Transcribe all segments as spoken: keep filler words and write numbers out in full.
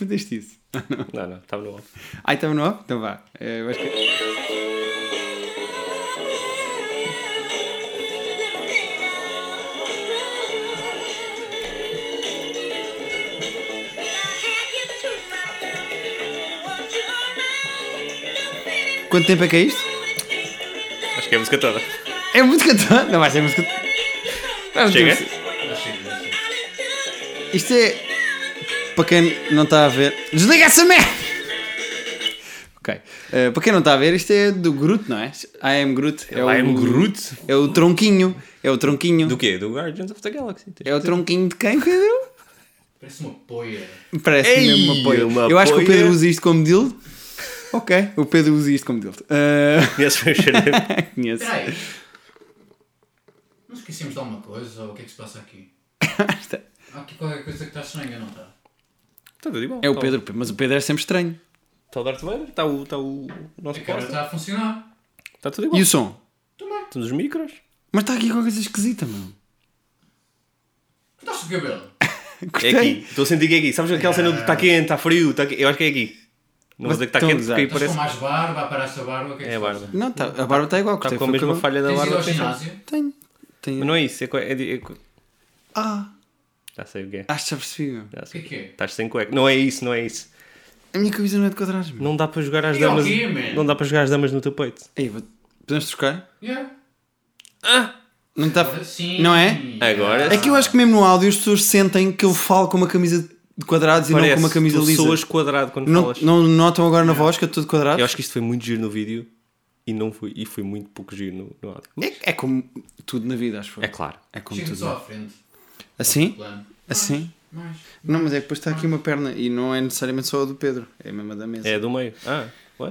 Perdeste isso? Não, não, estava no off. Ah, estava no off? Então vá. Eu acho que... Quanto tempo é que é isto? Acho que é a música toda. É música toda? Não vai ser música toda. Chega? Isto é... Para quem não está a ver... Desliga essa merda! Ok. Uh, para quem não está a ver, isto é do Groot, não é? I am Groot. É I am Groot? É o tronquinho. É o tronquinho. Do quê? Do Guardians of the Galaxy. É o tronquinho de quem, Pedro? Parece uma poia. Parece Ei, mesmo uma poia. uma Eu acho que o poia. Pedro usa isto como dildo. Ok. O Pedro usa isto como dildo. Uh... Conheces o cheiro? Conheço. Espera aí. Não esquecemos de alguma coisa? Ou o que é que se passa aqui? Há aqui qualquer coisa que está estranha, não está? Está tudo igual. É o Tá Pedro, mas o Pedro é sempre estranho. Está o Darth Vader, está o, está o nosso A câmera posto. está a funcionar. Está tudo igual. E o som? Também. Temos os micros. Mas está aqui qualquer coisa esquisita, meu. Cortaste o cabelo? É Gostei. aqui. Estou a sentir que é aqui. Sabes aquela cena de está quente, está frio, está aqui. Eu acho que é aqui. Não vou Mas dizer que está estão a quente, usar. porque aí Estás com parece... mais barba, aparece a barba, o que é que É se a barba. passa? Não, tá, a barba está igual. Está cortei com a foi mesma cabelo. falha da Tens ido barba. ao que tem. ginásio? Tenho. Tenho. Mas não é isso. É, co- é, de- é, co- Ah, já sei o que é. acho que já percebi, meu. Já O que sei. é que é? Estás sem cueca. Não é isso, não é isso. A minha camisa não é de quadrados, meu. Não dá para jogar às E ao damas. quê, man? Não dá para jogar às damas no teu peito. Ei, vou... podemos trocar? Yeah. Não está... Agora sim. Não é? Agora É que eu acho que mesmo no áudio as pessoas sentem que eu falo com uma camisa de quadrados e não com uma camisa tu lisa. soas quadrado quando Não, falas. não notam agora na voz que eu estou de quadrados? Eu acho que isto foi muito giro no vídeo e, não foi, e foi muito pouco giro no, no áudio. Mas É, é como tudo na vida, acho. é claro. É como Chega tudo. só à frente. Assim? Plano. Assim? Mais. Não, mas é que depois está aqui uma perna e não é necessariamente só a do Pedro. É a mesma da mesa. É do meio. Ah, what?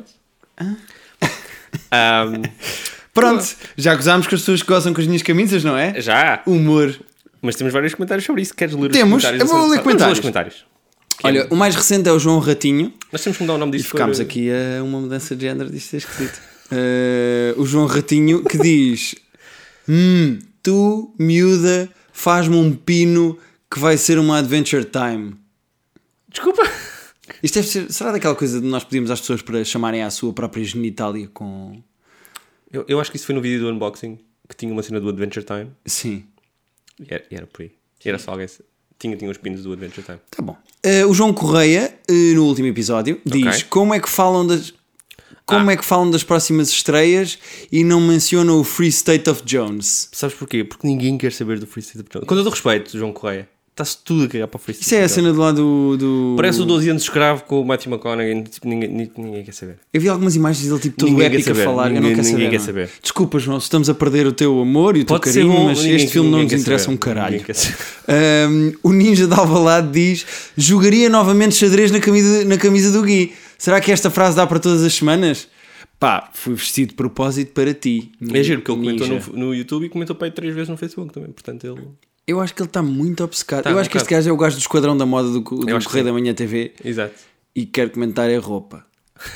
Um, Pronto, já gozámos com as pessoas que gozam com as minhas camisas, não é? já. Humor. Mas temos vários comentários sobre isso. Queres ler Temos? os comentários? Eu vou ler Vamos comentários. os comentários. Que Olha, é- o mais recente é o João Ratinho. Nós temos que mudar o nome E disto. ficámos por- aqui a uma mudança de género disto é esquisito. Eh, o João Ratinho que diz: Hum, tu, miúda, faz-me um pino que vai ser uma Adventure Time. Desculpa. Isto deve ser. Será daquela coisa de nós pedimos às pessoas para chamarem à sua própria genitália com. Eu, eu acho que isso foi no vídeo do unboxing que tinha uma cena do Adventure Time. Sim. E era, e era por aí. E era só alguém. Tinha, tinha os pinos do Adventure Time. Tá bom. Eh, o João Correia, eh, no último episódio, diz Ok. como é que falam das. Como Ah. é que falam das próximas estreias e não mencionam o Free State of Jones? Sabes porquê? Porque ninguém quer saber do Free State of Jones. Com todo o respeito, João Correia, está-se tudo a cagar para o Free State Isso é a of Jones. cena do lado do. do... Parece o doze anos de escravo com o Matthew McConaughey. Tipo, ninguém, ninguém, ninguém quer saber. Eu vi algumas imagens dele tipo todo Ninguém quer épico a saber. falar. Ninguém- eu não quero ninguém saber. quer não. saber. Desculpa, João, se estamos a perder o teu amor e o teu Pode ser carinho, bom, mas ninguém- este filme não ninguém nos quer interessa saber. um caralho. Ninguém quer saber. Um, o Ninja de Alvalade diz: jogaria novamente xadrez na camisa, na camisa do Gui. Será que esta frase dá para todas as semanas? Pá, fui vestido de propósito para ti. É giro, porque ele comentou Ninja. no, no YouTube e comentou para aí três vezes no Facebook também. Portanto, ele. Eu acho que ele está muito obcecado. Tá, eu um acho que este bocado. gajo é o gajo do esquadrão da moda do, do Eu acho que Correio sim. da Manhã T V Exato. e quer comentar a roupa.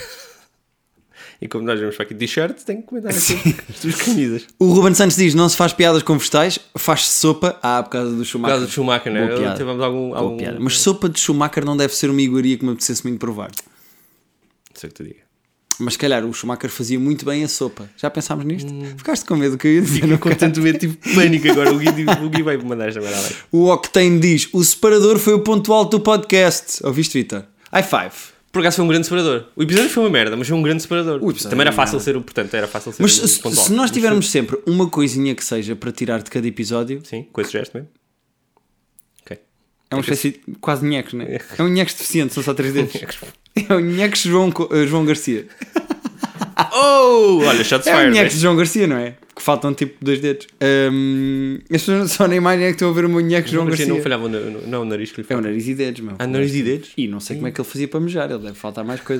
E como nós vemos para aqui t-shirt, tem que comentar aqui as tuas camisas. O Ruben Santos diz: não se faz piadas com vegetais, faz-se sopa. Ah, por causa do Por Schumacher. causa de Schumacher, né? Boa piada. Tivemos algum. Boa algum... piada. Mas sopa de Schumacher não deve ser uma iguaria que me apetecesse muito provar. Não sei o que tu diga. Mas se calhar o Schumacher fazia muito bem a sopa. Já pensámos nisto? Hum. Ficaste com medo do que eu ia dizer? Não Com tanto medo, tipo pânico agora. O Gui, o Gui vai mandar esta merda. O Octane diz: o separador foi o ponto alto do podcast. Ouviste, Vitor? High five. Por acaso foi um grande separador. O episódio foi uma merda, mas foi um grande separador. O episódio Também era foi uma fácil ser o. Portanto, era fácil ser Mas o se, ponto se alto. nós Mas tivermos sempre uma coisinha que seja para tirar de cada episódio, foi- Sim, com esse gesto mesmo. Ok. é uma que espécie de quase nhecos, não é? É um nhecos deficiente, são só três dedos. É o nhecos João, Co- eh, João Garcia. Oh! Olha, shots É o fired. nhecos né? de João Garcia, não é? Que faltam tipo dois dedos. Um, as pessoas só na imagem é que estão a ver o meu nhecos João Não, Garcia. não falhava no, no, não, o nariz que lhe É o falhava. nariz e dedos, meu. Ah, nariz e dedos? E não sei como é que ele fazia para mejar, ele deve faltar mais coisas.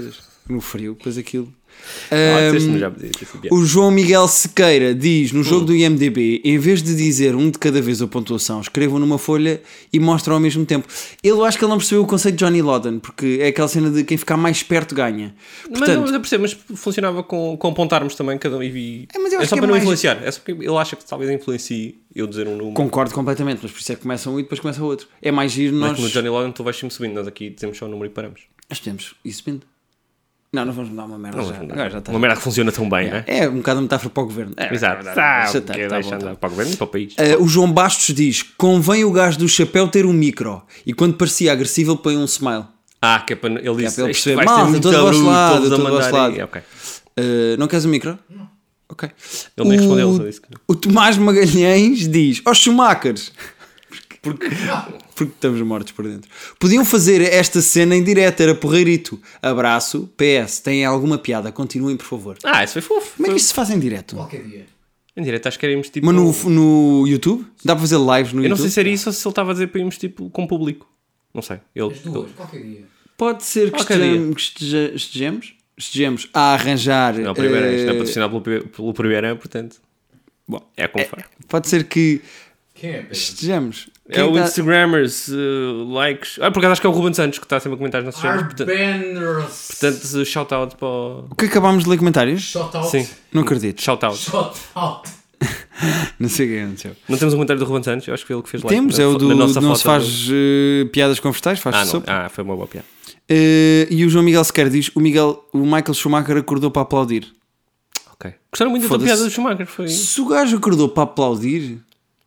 no frio, depois aquilo. Ah, Um, disseste-me já, podia ter sido piada. o João Miguel Sequeira diz no jogo do I M D B, em vez de dizer um de cada vez a pontuação, escrevam numa folha e mostram ao mesmo tempo. Ele acho que ele não percebeu o conceito de Johnny Loden, porque é aquela cena de quem ficar mais perto ganha. Mas Portanto, não, eu percebo, mas funcionava com, com apontarmos também cada um e vi. É, mas eu É acho só que para é não mais- influenciar. É só porque ele acha que talvez influencie eu dizer um número. concordo completamente, mas por isso é que começa um e depois começa o outro. É mais giro Mas nós... no Johnny Logan tu vais sempre subindo, nós aqui dizemos só o número e paramos. Nós temos isso bem. Não, não vamos mudar uma merda Não, já. vamos mudar. Agora já está. Uma merda que funciona tão bem, não é? É um bocado a metáfora para o governo. É, Exato. é, Tá, já porque tá, tá deixa bom, andar tá. para o governo e para o país. Uh, o João Bastos diz: convém o gajo do chapéu ter um micro e quando parecia agressivo ele põe um smile. Ah, que é para ele disse, para ele "Isto perceber, vai ser malta, muito estou do vosso bruto, lado, todos a estou do vosso mandar lado." aí." Ok. Uh, não queres o micro? Não. Ok. Ele nem o, respondeu, só disse que não. o Tomás Magalhães diz: aos Schumachers, porque, porque estamos mortos por dentro, podiam fazer esta cena em direto, era porreirito. Abraço, P S, tem alguma piada? Continuem, por favor. Ah, isso foi fofo. Como é que Foi- isto se faz em direto? Qualquer dia. Em direto, acho que éramos tipo. Mas no, no YouTube? Dá para fazer lives no Eu não YouTube? sei se era isso ou se ele estava a dizer para irmos tipo com público. Não sei. Ele, As duas, qualquer dia. Pode ser que Qualquer estejamos, que esteja- estejamos, estejamos a arranjar. Não, primeiro eh, isto é patrocinado pelo, pelo primeiro, portanto. Bom, É como for. pode ser que Quem é, Pedro? estejamos. É Quem o tá- Instagrammers, uh, likes. Ah, por acaso acho que é o Ruben Santos que está sempre a comentar nas nossas stories. Portanto, Arbenners. portanto shout out para o. O que acabámos de ler comentários? Shout out. Sim, Não acredito. shout out. Shout out. Não sei o que aconteceu. Não temos um comentário do Ruben Santos? Eu acho que foi ele que fez like. Temos, na é o fo- do na nossa não foto se faz do- eh, piadas com vegetais, faz Ah, não. sopa. Ah, foi uma boa piada. Eh, e o João Miguel Sequeira diz: o, Miguel, o Michael Schumacher acordou para aplaudir. Ok. Gostaram muito da tua Foda-se. piada do Schumacher? Foi. Sim. Se o gajo acordou para aplaudir,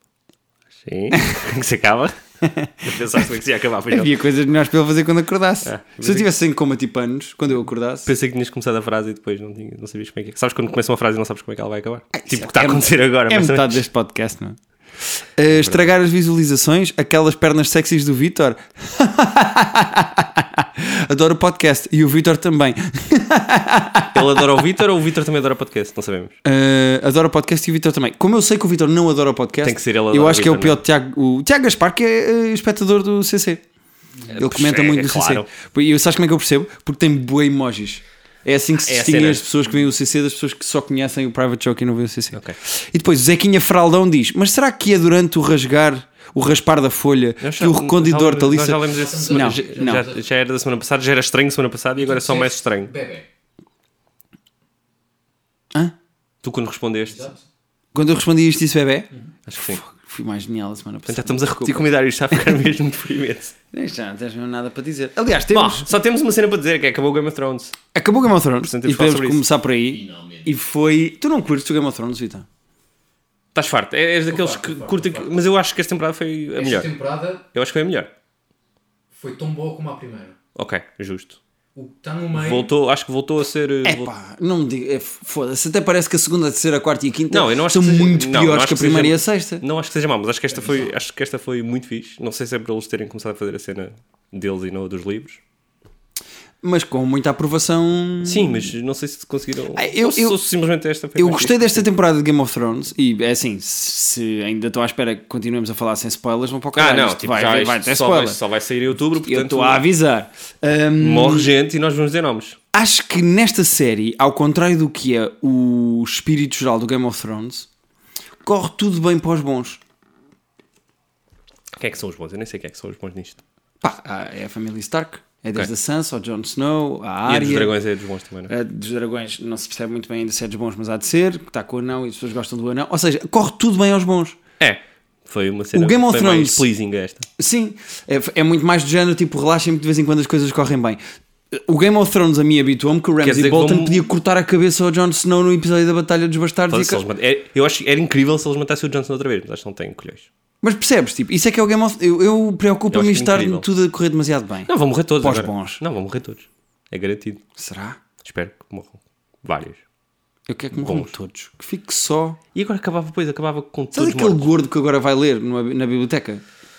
que se acaba. Eu pensaste que se ia acabar. Pois não. havia coisas melhores para ele fazer quando acordasse. Ah, Se eu estivesse em coma tipo anos, quando eu acordasse. Pensei que tinhas começado a frase e depois não, tinha, não sabias como é que é. Sabes quando começa uma frase e não sabes como é que ela vai acabar? isso Tipo o é- que está a é- acontecer agora. É mas- metade deste podcast, não é? Uh, estragar as visualizações, aquelas pernas sexys do Vítor. Adoro o podcast e o Vítor também. Ele adora o Vítor ou o Vítor também adora podcast? Não sabemos. Uh, adoro o podcast e o Vítor também. Como eu sei que o Vítor não adora o podcast, Tem que ser ele adora eu o acho que é o Vítor, pior Tiago. O Tiago Gaspar, que é uh, espectador do C C. Ele comenta é, muito é no claro. C C. E eu sabes como é que eu percebo? Porque tem bué emojis. É assim que se É a distinguem cena. as pessoas que veem o C C das pessoas que só conhecem o Private Joke e não veem o C C. Ok. E depois o Zequinha Fraldão diz: mas será que é durante o rasgar, o raspar da folha, Nós que o já- reconditor nós já- está ali? Nós já lemos esse Não, semana. Já, não. já- já era da semana passada, já era estranho semana passada e agora é só mais estranho. Bebê. Hã? Tu quando respondeste, Exato. Quando eu respondi isto, disse bebê, acho que sim. fui mais genial a semana Portanto, passada. já estamos a repetir comentários, está a ficar mesmo deprimente. Já não tens mesmo nada para dizer. Aliás, Bom, temos. só temos uma cena para dizer, que é que acabou o Game of Thrones. Acabou o Game of Thrones Portanto, e temos que falar podemos sobre isso. começar por aí. Finalmente. E foi. Tu não curtes o Game of Thrones, Vitor? Estás farto. É- És daqueles farto, que tô farto, curtem. tô que- farto. Mas eu acho que esta temporada foi a Esta melhor. temporada Eu acho que foi a melhor. foi tão boa como a primeira. Ok, justo. O que está no meio. Voltou, acho que voltou a ser. uh, É vol- pá, não me diga. É, foda-se. Até parece que a segunda, a terceira, a quarta e a quinta Não, eu não acho são que seja- muito não, piores não acho que a que primeira seja- e a sexta. Não acho que seja mau, mas acho que esta foi, acho que esta foi muito fixe. Não sei se é para eles terem começado a fazer a cena deles e não a dos livros. Mas com muita aprovação. Sim, mas não sei se conseguiram. Ah, eu- ou, se- eu- ou se simplesmente esta foi Eu mais gostei fixe. desta temporada de Game of Thrones e é assim, se ainda estou à espera que continuemos a falar sem spoilers, vão para o Ah, caralho. não, Isto tipo, vai, já vai, isto vai ter só, vai, spoiler. só vai sair em outubro, Eu portanto. estou a avisar. Ahm, Morre gente e nós vamos dizer nomes. Acho que nesta série, ao contrário do que é o espírito geral do Game of Thrones, corre tudo bem para os bons. Quem é que são os bons? Eu nem sei quem é que são os bons nisto. Pá, há- é a família Stark, é desde Ok. a Sansa, ao Jon Snow, a E a Arya. dos dragões é dos bons também, não é? A dos dragões não se percebe muito bem ainda se é dos bons, mas há de ser, que está com o anão e as pessoas gostam do anão. Ou seja, corre tudo bem aos bons. É. Foi uma cena O Game of foi mais Thrones- pleasing esta. Sim, é, é muito mais do género, tipo, relaxem-me que de vez em quando as coisas correm bem. O Game of Thrones a mim habituou-me que o dizer Ramsay que Bolton vão- podia cortar a cabeça ao Jon Snow no episódio da Batalha dos Bastardos. Foda-se, e se ca- eles mat- é- eu acho que era incrível se eles matassem o Johnson outra vez, mas acho que não têm colhões. Mas percebes, tipo, isso é que é o Game of Eu, eu preocupa-me Eu em acho estar incrível. tudo a correr demasiado bem. Não, vão morrer todos. Pós agora. bons. Não, vão morrer todos. É garantido. Será? Espero que morram. Vários. Eu quero que morram Bons. todos. Que fique só. E agora acabava, depois acabava com Sabe todos aquele mortos. gordo que agora vai ler numa- na biblioteca?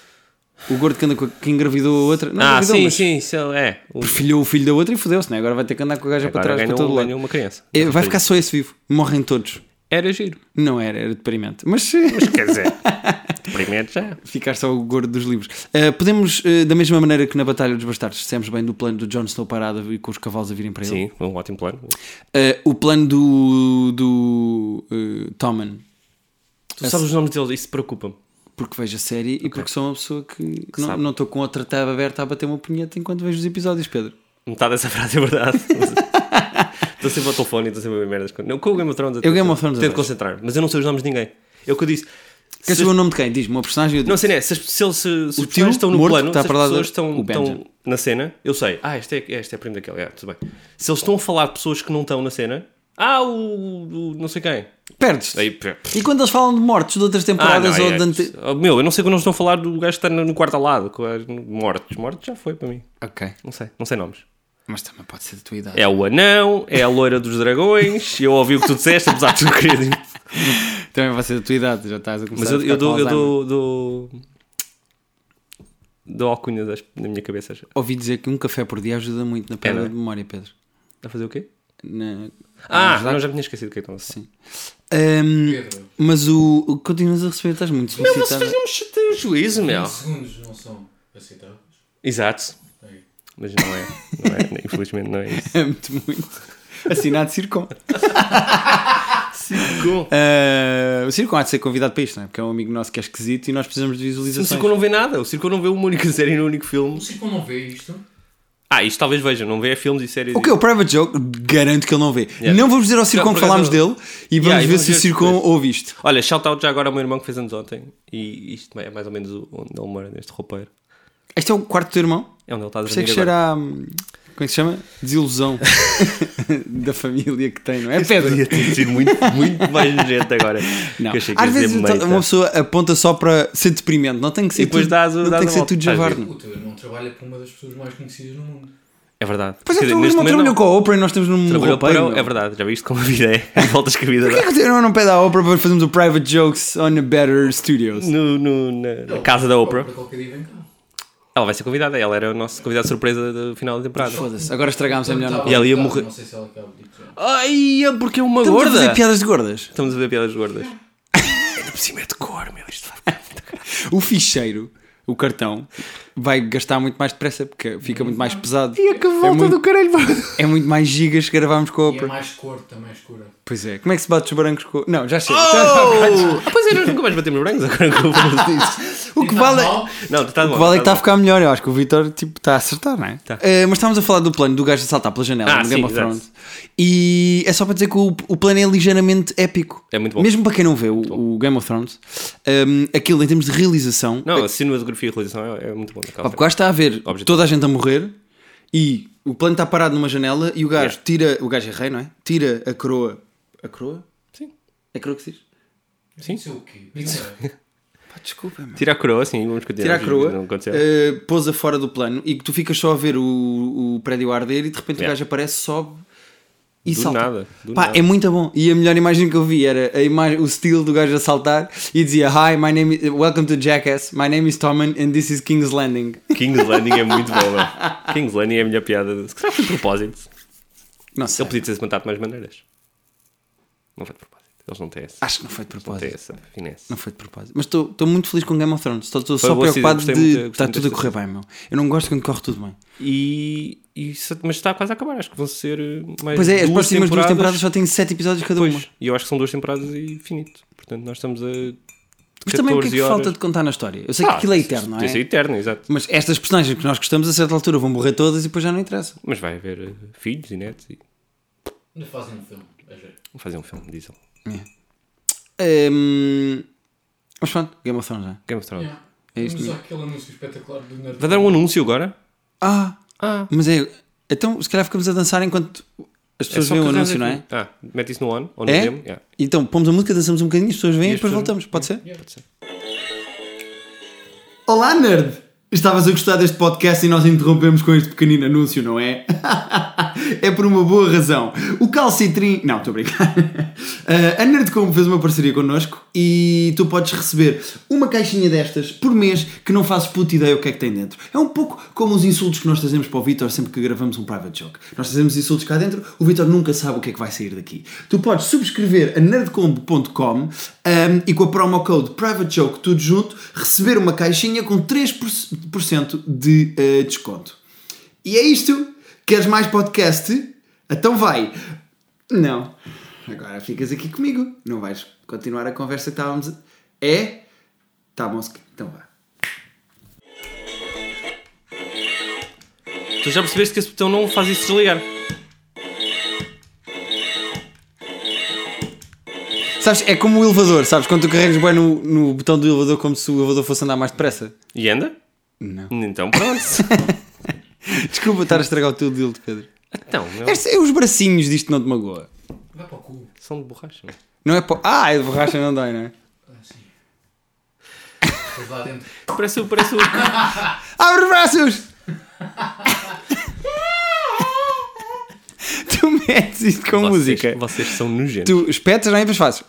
O gordo que anda com a, que engravidou a outra. Não Ah, engravidou, sim, mas sim, isso é. O... perfilhou o filho da outra e fodeu-se, né? Agora vai ter que andar com a gaja para Agora trás para ganhou, todo lado. ganhou uma criança. É, vai ficar só esse vivo. Morrem todos. Era giro. Não era, era deprimente. Mas, Mas quer dizer, deprimente já. ficar só o gordo dos livros. Uh, podemos, uh, da mesma maneira que na Batalha dos Bastardos, dissemos bem do plano do Jon Snow parado e com os cavalos a virem para ele. Sim, um ótimo plano. Uh, o plano do, do uh, Tommen. Tu sabes os nomes deles, isso preocupa-me. Porque vejo a série e porque sou uma pessoa que, Que não, sabe. não estou com outra tab aberta a bater uma punheta enquanto vejo os episódios, Pedro. Metade dessa frase é verdade. Estou sempre ao telefone e estou sempre a ver merdas. Não, com o Game of Thrones Eu Game of Thrones tento abaixo. concentrar, mas eu não sei os nomes de ninguém. É o que eu disse. Quer Se- saber o nome de quem? Diz-me uma personagem. Eu digo. Não sei, né? Se, as- se, eles, se, se os tio personagens estão no morto plano, que está se as para lá pessoas do- estão, o Benjen. estão na cena, eu sei. Ah, este é, este é primo daquele. É, tudo bem. Se eles estão a falar de pessoas que não estão na cena, ah, o, o não sei quem. Perdes-te. Aí, pé. E quando eles falam de mortos de outras Ah, temporadas não, ou é, de ante... oh, meu, eu não sei quando eles estão a falar do gajo que está no no quarto ao lado. com as- Mortos. Mortos já foi para mim. Ok. Não sei, não sei nomes. Mas também pode ser da tua idade. É o anão, é a loira dos dragões. Eu ouvi o que tu disseste, apesar de tu querer. Também vai ser da tua idade, já estás a começar Mas a eu, ficar eu, dou, com eu Alzheimer. dou, dou. Dou alcunha das, na minha cabeça. Ouvi dizer que um café por dia ajuda muito na perda não é? de memória, Pedro. A fazer o quê? Na... Ah, ajudar- não, já me tinha esquecido o que é que estava a falar. Sim. Ahm, Pedro, mas o, o que continuas a receber, estás muito Meu, vocês solicitado. faziam-me chatear o juízo, meu. vinte segundos não são aceitáveis. Exato. Aí. Mas não é. Não é. Infelizmente não é isso. É muito, muito. Assinado Circon. Circo. Uh, o Circon há de ser convidado para isto, não é? Porque é um amigo nosso que é esquisito e nós precisamos de O visualizações. Circo não vê nada. O Circo não vê uma única série no único filme. O Circo não vê isto? Ah, isto talvez veja. Não vê filmes e séries. O que é o Private Joke? Garanto que ele não vê. Yeah. Não vamos dizer ao Circon Não, que por falámos acaso- dele e vamos Yeah, e ver vamos se o ver Circon depois. ouve isto. Olha, shout out já agora ao meu irmão que fez anos ontem. E isto é mais ou menos onde ele mora, neste roupeiro. Este é o quarto do teu irmão? É onde ele está a Por isso é dormir que agora. cheira a... Como é que se chama? Desilusão da família que tem, não é, Pedro? Podia ter sido muito, muito mais gente agora. Não. Que achei que Às ia vezes dizer então, meita. uma pessoa aponta só para ser deprimente, não tem que ser E depois tudo, dás o- não dás tem a que ser volta. tudo Às javarde. O teu irmão trabalha com uma das pessoas mais conhecidas no mundo. É verdade. Pois é, Quer dizer, o neste irmão momento trabalhou não. com a Oprah e nós estamos num Trabalhou roupeiro. para o- meu. É verdade, já viste como a vida é. Voltas que a vida Porquê dá. que o teu irmão não pede à Oprah para fazermos o Private Jokes on a Better Studios? No, no- na, na casa da Oprah. Para qualquer dia vem cá. Ela vai ser convidada. Ela era o nosso convidado surpresa do final da temporada. Foda-se, agora estragámos a melhor Quando nota. E ela ia estava morrer. Não sei se ela acaba de dizer. Ai, é porque é uma Estamos a gorda. fazer piadas de gordas. Estamos a ver piadas gordas. Ainda por cima é de cor, meu. Isto vai ficar muito caro. O ficheiro, o cartão, vai gastar muito mais depressa porque fica muito mais pesado. E a que volta é muito, do caralho. é muito mais gigas que gravámos com a E é Oprah. mais cor, também escura. Pois é. Como é que se bate os brancos com... Não, já chega. Oh! Ah, pois é, nós nunca mais batemos brancos agora que eu falo disso. O que vale é... Não, está O bom. que vale é que está a bom. ficar melhor. Eu acho que o Vitor tipo, está a acertar, não é? Tá. Eh, mas estávamos a falar do plano do gajo a saltar pela janela Ah, no sim, Game of exato. Thrones. E é só para dizer que o, o plano é ligeiramente épico. É muito bom. Mesmo para quem não vê o, o Game of Thrones, um, aquilo em termos de realização. Não, a cinematografia e a realização é, é muito bom naquela Pá, porque o gajo está a ver Objetivo. toda a gente a morrer e o plano está parado numa janela e o gajo Yeah. tira. O gajo é rei, não é? Tira a coroa. A coroa? Sim. É a coroa que se diz? Sim. Isso é o quê? Diga lá. Pá, desculpa, meu. Tira a coroa, sim, vamos continuar. Tira a coroa, Não aconteceu. uh, pousa fora do plano e que tu ficas só a ver o, o prédio a arder e de repente o Yeah. gajo aparece, sobe e Do salta. nada, do Pá, nada. é muito bom. E a melhor imagem que eu vi era a imagem, o estilo do gajo a saltar e dizia: Hi, my name is, welcome to Jackass. My name is Tommen and this is King's Landing. King's Landing é muito bom, meu. King's Landing é a minha piada. Se calhar foi de propósito. Não sei. Ele podia ter-se matado de mais maneiras. Não foi de propósito. Eles não têm essa. Acho que não foi de Não têm propósito. essa finesse. Não foi de propósito. Mas estou estou muito feliz com Game of Thrones. Estou estou Foi só boa preocupado de decisão, gostei muito, estar gostei tudo a muito correr desta bem, meu. Eu não gosto quando corre tudo bem. E, e isso- mas está quase a acabar. Acho que vão ser mais Pois é, as duas próximas duas temporadas só têm sete episódios cada uma. Pois, e eu acho que são duas temporadas e finito. Portanto, nós estamos a Mas também o que é que catorze horas. falta de contar na história? Eu sei que Ah, aquilo é eterno, não podia ser é? eterno, exato. Mas estas personagens que nós gostamos a certa altura vão morrer todas e depois já não interessa. Mas vai haver eh, filhos e netos e Ainda fazem um filme. É jeito. vão fazer um filme, diesel. Hum, mas pronto, Game of Thrones já. Game of Thrones. Yeah. É isto Temos mesmo. aquele anúncio espetacular do Nerd. Vai dar um anúncio agora? Ah, Ah, mas é. Então se calhar ficamos a dançar enquanto as pessoas veem o anúncio, não é? Ah, mete isso no on ou no É? demo. Yeah. Então pomos a música, dançamos um bocadinho, as pessoas veem e, E as depois pessoas- voltamos. Pode ser? Yeah. Pode ser. Olá, nerd! Estavas a gostar deste podcast e nós interrompemos com este pequenino anúncio, não é? é por uma boa razão. O Calcitrim... Não, estou a brincar. Uh, a Nerdcom fez uma parceria connosco e tu podes receber uma caixinha destas por mês que não fazes puta ideia o que é que tem dentro. É um pouco como os insultos que nós trazemos para o Vítor sempre que gravamos um private joke. Nós trazemos insultos cá dentro, o Vítor nunca sabe o que é que vai sair daqui. Tu podes subscrever a nerdcom ponto com um, e com a promo code private joke tudo junto, receber uma caixinha com três por cento de uh, desconto. E é isto. Queres mais podcast? Então vai. Não. Agora ficas aqui comigo. Não vais continuar a conversa que estávamos a... É? Tá bom. Então vá. Tu já percebeste que esse botão não faz isso desligar? Sabes, é como o elevador, sabes? Quando tu carregas bem no, no botão do elevador como se o elevador fosse andar mais depressa. E anda? Não. Então pronto. Desculpa estar a estragar o teu deal, Pedro. Então, meu... Este, é os bracinhos disto não te magoa. Vai para o cu. São de borracha, não é? Não é para... Ah, é de borracha, não dói, não é? Ah, sim. Depois lá dentro. Parece o... Parece o... Abre os braços! Tu metes isto com vocês, música. Vocês são nojentos. Tu espetas, não é? E depois fazes.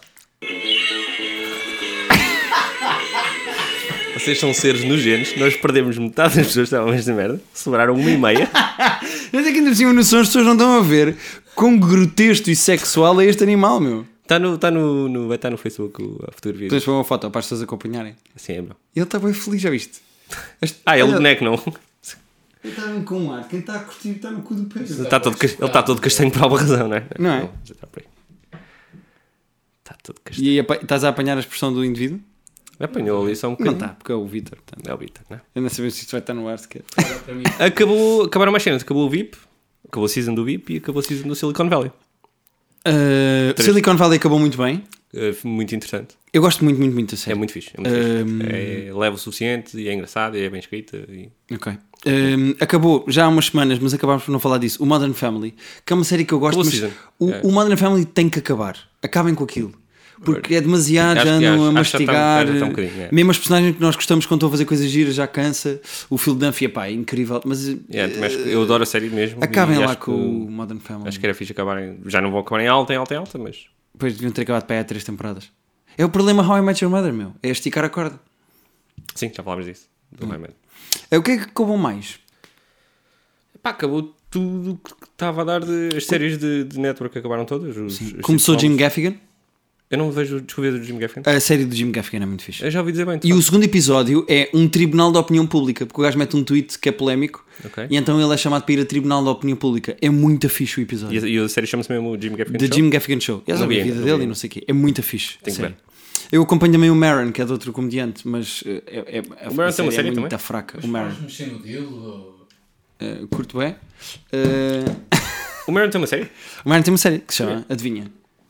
Vocês são seres nojentos. Nós perdemos metade das pessoas que estavam nesta merda. Sobraram uma e meia. Mas é que ainda por cima no som as pessoas não estão a ver quão grotesco e sexual é este animal, meu. Está no, tá no, no, vai estar no Facebook a fotografia. Tens para uma foto para as pessoas acompanharem. Assim é, bro. Ele está bem feliz, já viste? Este... Ah, ele o Olha, boneco não. ele está bem com um ar. Quem está a curtir está no cu do Pedro. Ele está todo, ele está todo castanho por alguma razão, não é? Não é? Já está por aí. Está todo castanho. E apa- estás a apanhar a expressão do indivíduo? Apanhou ali só um Não bocadinho. está, porque é o Vítor. portanto. É o Vitor, não é? Eu não sei se isto vai estar no ar sequer. Olha para mim. Acabou, acabaram mais cenas. Acabou o V I P, acabou a season do V I P e acabou a season do Silicon Valley. Uh, Três. Silicon Valley acabou muito bem. Uh, muito interessante. Eu gosto muito, muito, muito da É série. muito fixe. É, muito Um, fixe. É leve o suficiente e é engraçado e é bem escrita. E... Ok. Um, acabou já há umas semanas, mas acabámos por não falar disso. O Modern Family, que é uma série que eu gosto, Acabou mas season. o, É. o Modern Family tem que acabar. Acabem com aquilo. Porque é demasiado, Acho já que- andam acho- a acho que já está- mastigar. já está um bocadinho, é. Mesmo as personagens que nós gostamos quando estão a fazer coisas giras já cansa. O Phil Dunphy, epá, é incrível. Mas Yeah, também acho que eu adoro a série mesmo. acabem e lá acho com que- o Modern Family. Acho que era fixe acabarem. Já não vão acabar em alta, em alta, em alta, mas. Depois deviam ter acabado para aí há três temporadas. É o problema How I Met Your Mother, meu. É esticar a corda. Sim, já falámos disso. Do Hum. Rayman. É, o que é que acabou mais? Pá, acabou tudo o que estava a dar de. As séries de, de network acabaram todas. Os, os Começou Jim sitcoms. Gaffigan. Eu não vejo descobrir do Jim Gaffigan. A série do Jim Gaffigan é muito fixe. Eu já ouvi dizer bem. de E o facto. segundo episódio é um tribunal da opinião pública, porque o gajo mete um tweet que é polémico Ok. e então ele é chamado para ir a tribunal da opinião pública. É muito fixe o E, episódio. a, e a série chama-se mesmo Jim Gaffigan The Show? Jim Gaffigan Show. E Não a vi vida ainda, não dele vi e não sei o quê. É muito fixe. Tenho que sério. ver. Eu acompanho também o Maron, que é de outro comediante, mas uh, é, é, a O Maron tem uma série é muito também? fraca. Mas O Maron. vais mexer no dedo ou... Uh, curto bem. Uh, O Maron tem uma série? o Maron tem uma série que se chama Adivinha.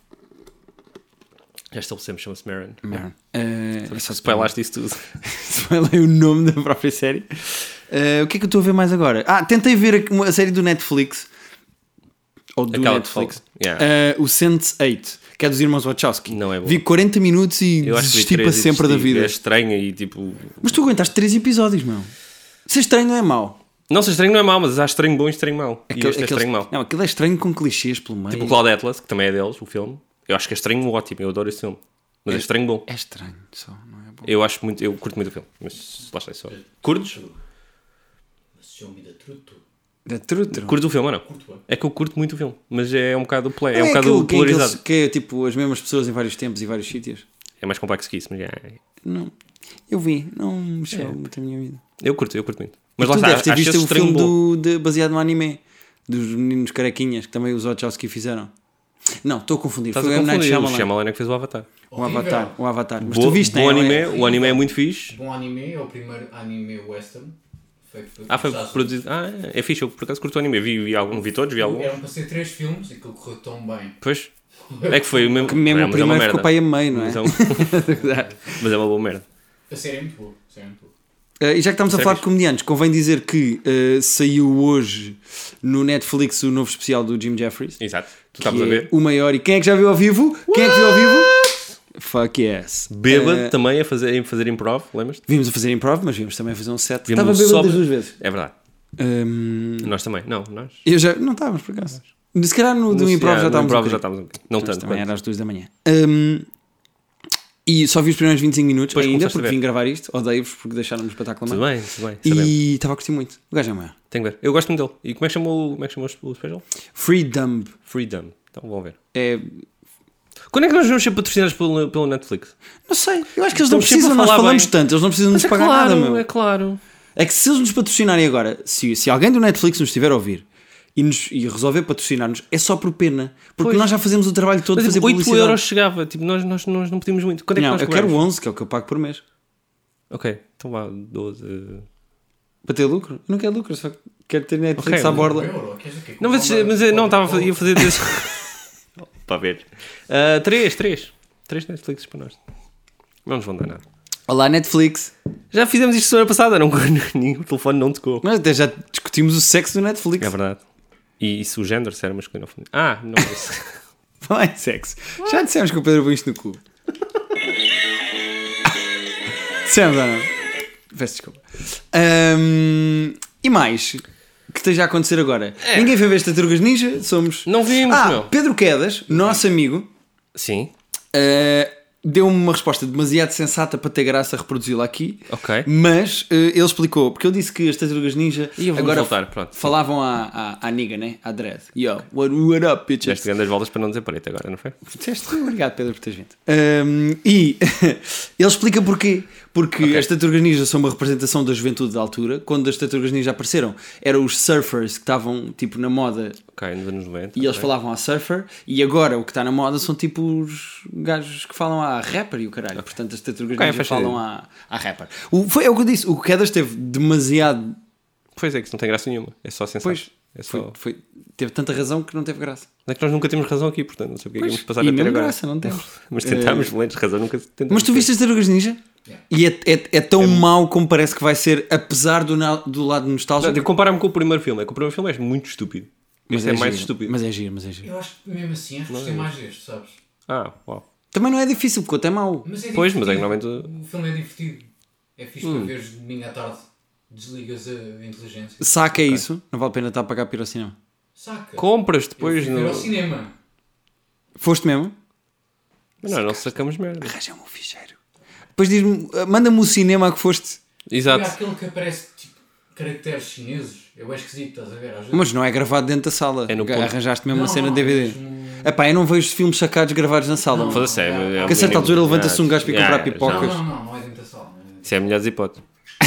Já estabelecemos, chama-se Maron. Maron. Uh, é só Spoilaste isso tudo. Spoilei o nome da própria série. Uh, o que é que eu estou a ver mais agora? Ah, tentei ver a, a série do Netflix. Ou do Aquela de Netflix. Fox. Yeah. Uh, o sense oito, que é dos irmãos Wachowski. Não é boa. Vi quarenta minutos e Eu acho que vi desisti para três e sempre da desisti. vida. É estranha e tipo. Mas tu aguentaste três episódios, meu. Ser estranho não é mau. Não, se estranho não é mau, mas há estranho bom e estranho mau. Aquele- e este é aqueles- estranho mau. Não, aquilo é estranho com clichês pelo meio. Tipo o Cloud Atlas, que também é deles, o filme. Eu acho que é estranho ótimo, eu adoro esse filme. Mas é, estranho bom. É estranho, só, não é bom. Eu acho muito, eu curto muito o filme. Mas lá está só. Curtes? Mas show me the truth. Da truto. Curto o filme ou não? Curto bem. É que eu curto muito o filme, mas é um bocado play, é, Não um é bocado aquele- que é aqueles- polarizado. que é tipo as mesmas pessoas em vários tempos e vários sítios. É mais complexo que isso, mas é. Não. Eu vi, não mexeu É. muito a minha vida. Eu curto, eu curto muito. Mas Mas lá tu está, deves ter acho visto esse o estranho filme bom. do, de, baseado no anime dos meninos carequinhas que também os Wachowski fizeram. Não, estou a confundir. Estás Foi a o M. Night confundir, o Shyamalan. Shyamalan é que fez o Avatar. O Avatar, o Avatar. Mas Boa- tu viste, bom não é? anime, o anime é muito fixe. Bom anime, é o primeiro anime western. Feito por Ah, foi Estados produzido. Ah, é fixe, eu por acaso curto o anime. Vi, vi, algum, vi todos, vi algum. Unidos. Eram para ser três filmes e aquilo correu tão bem. Pois. É que foi o mesmo. Que mesmo é, o mas é uma primeiro merda. ficou para aí a meio, não é? Mas é, um- mas é uma boa merda. A série é muito boa. A série é muito boa. Uh, e já que estamos a Séries. falar de comediantes, convém dizer que uh, saiu hoje no Netflix o novo especial do Jim Jeffries. Exato. Tu que estavas a é ver. o maior. E quem é que já viu ao vivo? Quem é que viu ao vivo? Fuck yes. Bêbado Uh, também a fazer, a fazer improv, lembras-te? Vimos a fazer improv, mas vimos também a fazer um set. Vimos Estava um bêbado sóbrio- das duas vezes. É verdade. Hum, Nós também. Não, nós. eu já. Não estávamos por acaso. Se calhar no do improv já estávamos. No um improv já bocadinho. estávamos um bocadinho. Não Mas tanto. também quanto- era às duas da manhã. Hum, e só vi os primeiros vinte e cinco minutos Depois ainda, começaste a porque ver. vim gravar isto. Odeio-vos porque deixaram-me o espetáculo Tudo mal. bem, tudo bem. sabemos. E estava a curtir muito. O gajo é maior. Tenho que ver. Eu gosto muito dele. E como é que chamou, como é que chamou o special? Freedom. Freedom. Então vão ver. É. Quando é que nós vamos ser patrocinados pelo, pelo Netflix? Não sei. Eu acho que eles não Estamos sempre precisam. a Nós falar falamos bem. tanto. Eles não precisam nos Mas é pagar claro, nada, meu. é claro. É que se eles nos patrocinarem agora, se, se alguém do Netflix nos estiver a ouvir e, nos, e resolver patrocinar-nos, é só por pena. Porque Pois. nós já fazemos o trabalho todo de Mas fazer tipo, oito publicidade. euros chegava. Tipo, nós, nós, nós não pedimos muito. Quanto é que Não, nós eu quero cobramos? onze, que é o que eu pago por mês. Ok, então vá, doze. Para ter lucro? Eu não quero lucro, só quero ter Netflix Ok, à mas- borla. Euro, queres o quê? Não, mas, Comprar mas uma- eu não estava a fazer, uma- ia fazer desse. Para ver. Ah, três, três. Três Netflix para nós. Não nos vão dar nada. Olá, Netflix. Já fizemos isto semana passada, não, nem o telefone não tocou. Mas até já discutimos o sexo do Netflix. É verdade. E isso o género, se era masculino ou feminino. Ah, não disse. Fala em sexo. Já dissemos que o Pedro põe isto no cu. Dissemos ou não? Peço desculpa. Ahm, e mais? Que esteja a acontecer agora? Ninguém foi ver as Tartarugas Ninja? Somos... Não vimos, Ah, meu. Pedro Quedas, nosso amigo, Sim, uh, deu-me uma resposta demasiado sensata para ter graça a reproduzi-la aqui. ok. Mas uh, ele explicou, porque ele disse que as Tartarugas Ninja E eu vou agora voltar, pronto. falavam à, à, à niga, né? À dread. Yo, what, what up, bitches? Deste grandes voltas para não dizer preto agora, não foi? Disseste, obrigado, Pedro, por teres vindo. Um, e ele explica porquê. Porque Ok. as Tartarugas Ninja são uma representação da juventude da altura. Quando as Tartarugas Ninja apareceram, eram os surfers que estavam tipo na moda Ok, nos anos noventa. e eles ok. falavam a surfer. E agora o que está na moda são tipo os gajos que falam a rapper e o caralho. Portanto, as Tartarugas Ok, Ninja faz falam sentido. a, a rapper. O, foi, é o que eu disse. O Quedas teve demasiado. Pois é, que isso não tem graça nenhuma. É só sensato. Pois, É só... foi, foi- teve tanta razão que não teve graça. É que nós nunca temos razão aqui, portanto, não sei porque é que Pois, íamos passar e a ter mesmo agora. graça, não temos. Mas tentámos, lentes, razão nunca tentamos. Mas tu viste as Tartarugas Ninja? Yeah. E é, é, é tão mau como parece que vai ser, apesar do, na- do lado nostálgico. Não, compara-me com o primeiro filme. É que o primeiro filme é muito estúpido. Este é, mais giro, estúpido. Mas é giro, mas é giro. Eu acho que mesmo assim, acho que gostei mais deste, sabes? Ah, uau. Também não é difícil, porque o outro é mau. Mas é Pois, mas é que divertido. normalmente- O filme é divertido. É fixe para veres de domingo à tarde. Desligas a inteligência. Saca é isso, não vale a pena estar a pagar para ir ao cinema. Saca. Compras Eu depois fui no. ver ao cinema. Foste mesmo? Mas não, não sacamos merda. Arranja-me o ficheiro. Depois diz-me, manda-me o cinema a que foste. Foi Exato. aquele que aparece tipo caracteres chineses. Eu é esquisito, estás a ver? Às vezes. Mas não é gravado dentro da sala. É no ponto. Arranjaste mesmo Não, uma cena não, de D V D. mesmo- Epá, eu não vejo filmes sacados gravados na sala. Não, meu. Foda-se, é, é Porque a certa altura levanta-se um gajo para ir comprar pipoca. Não, não, não, não é dentro da sala. É- Isso é a melhor das hipóteses.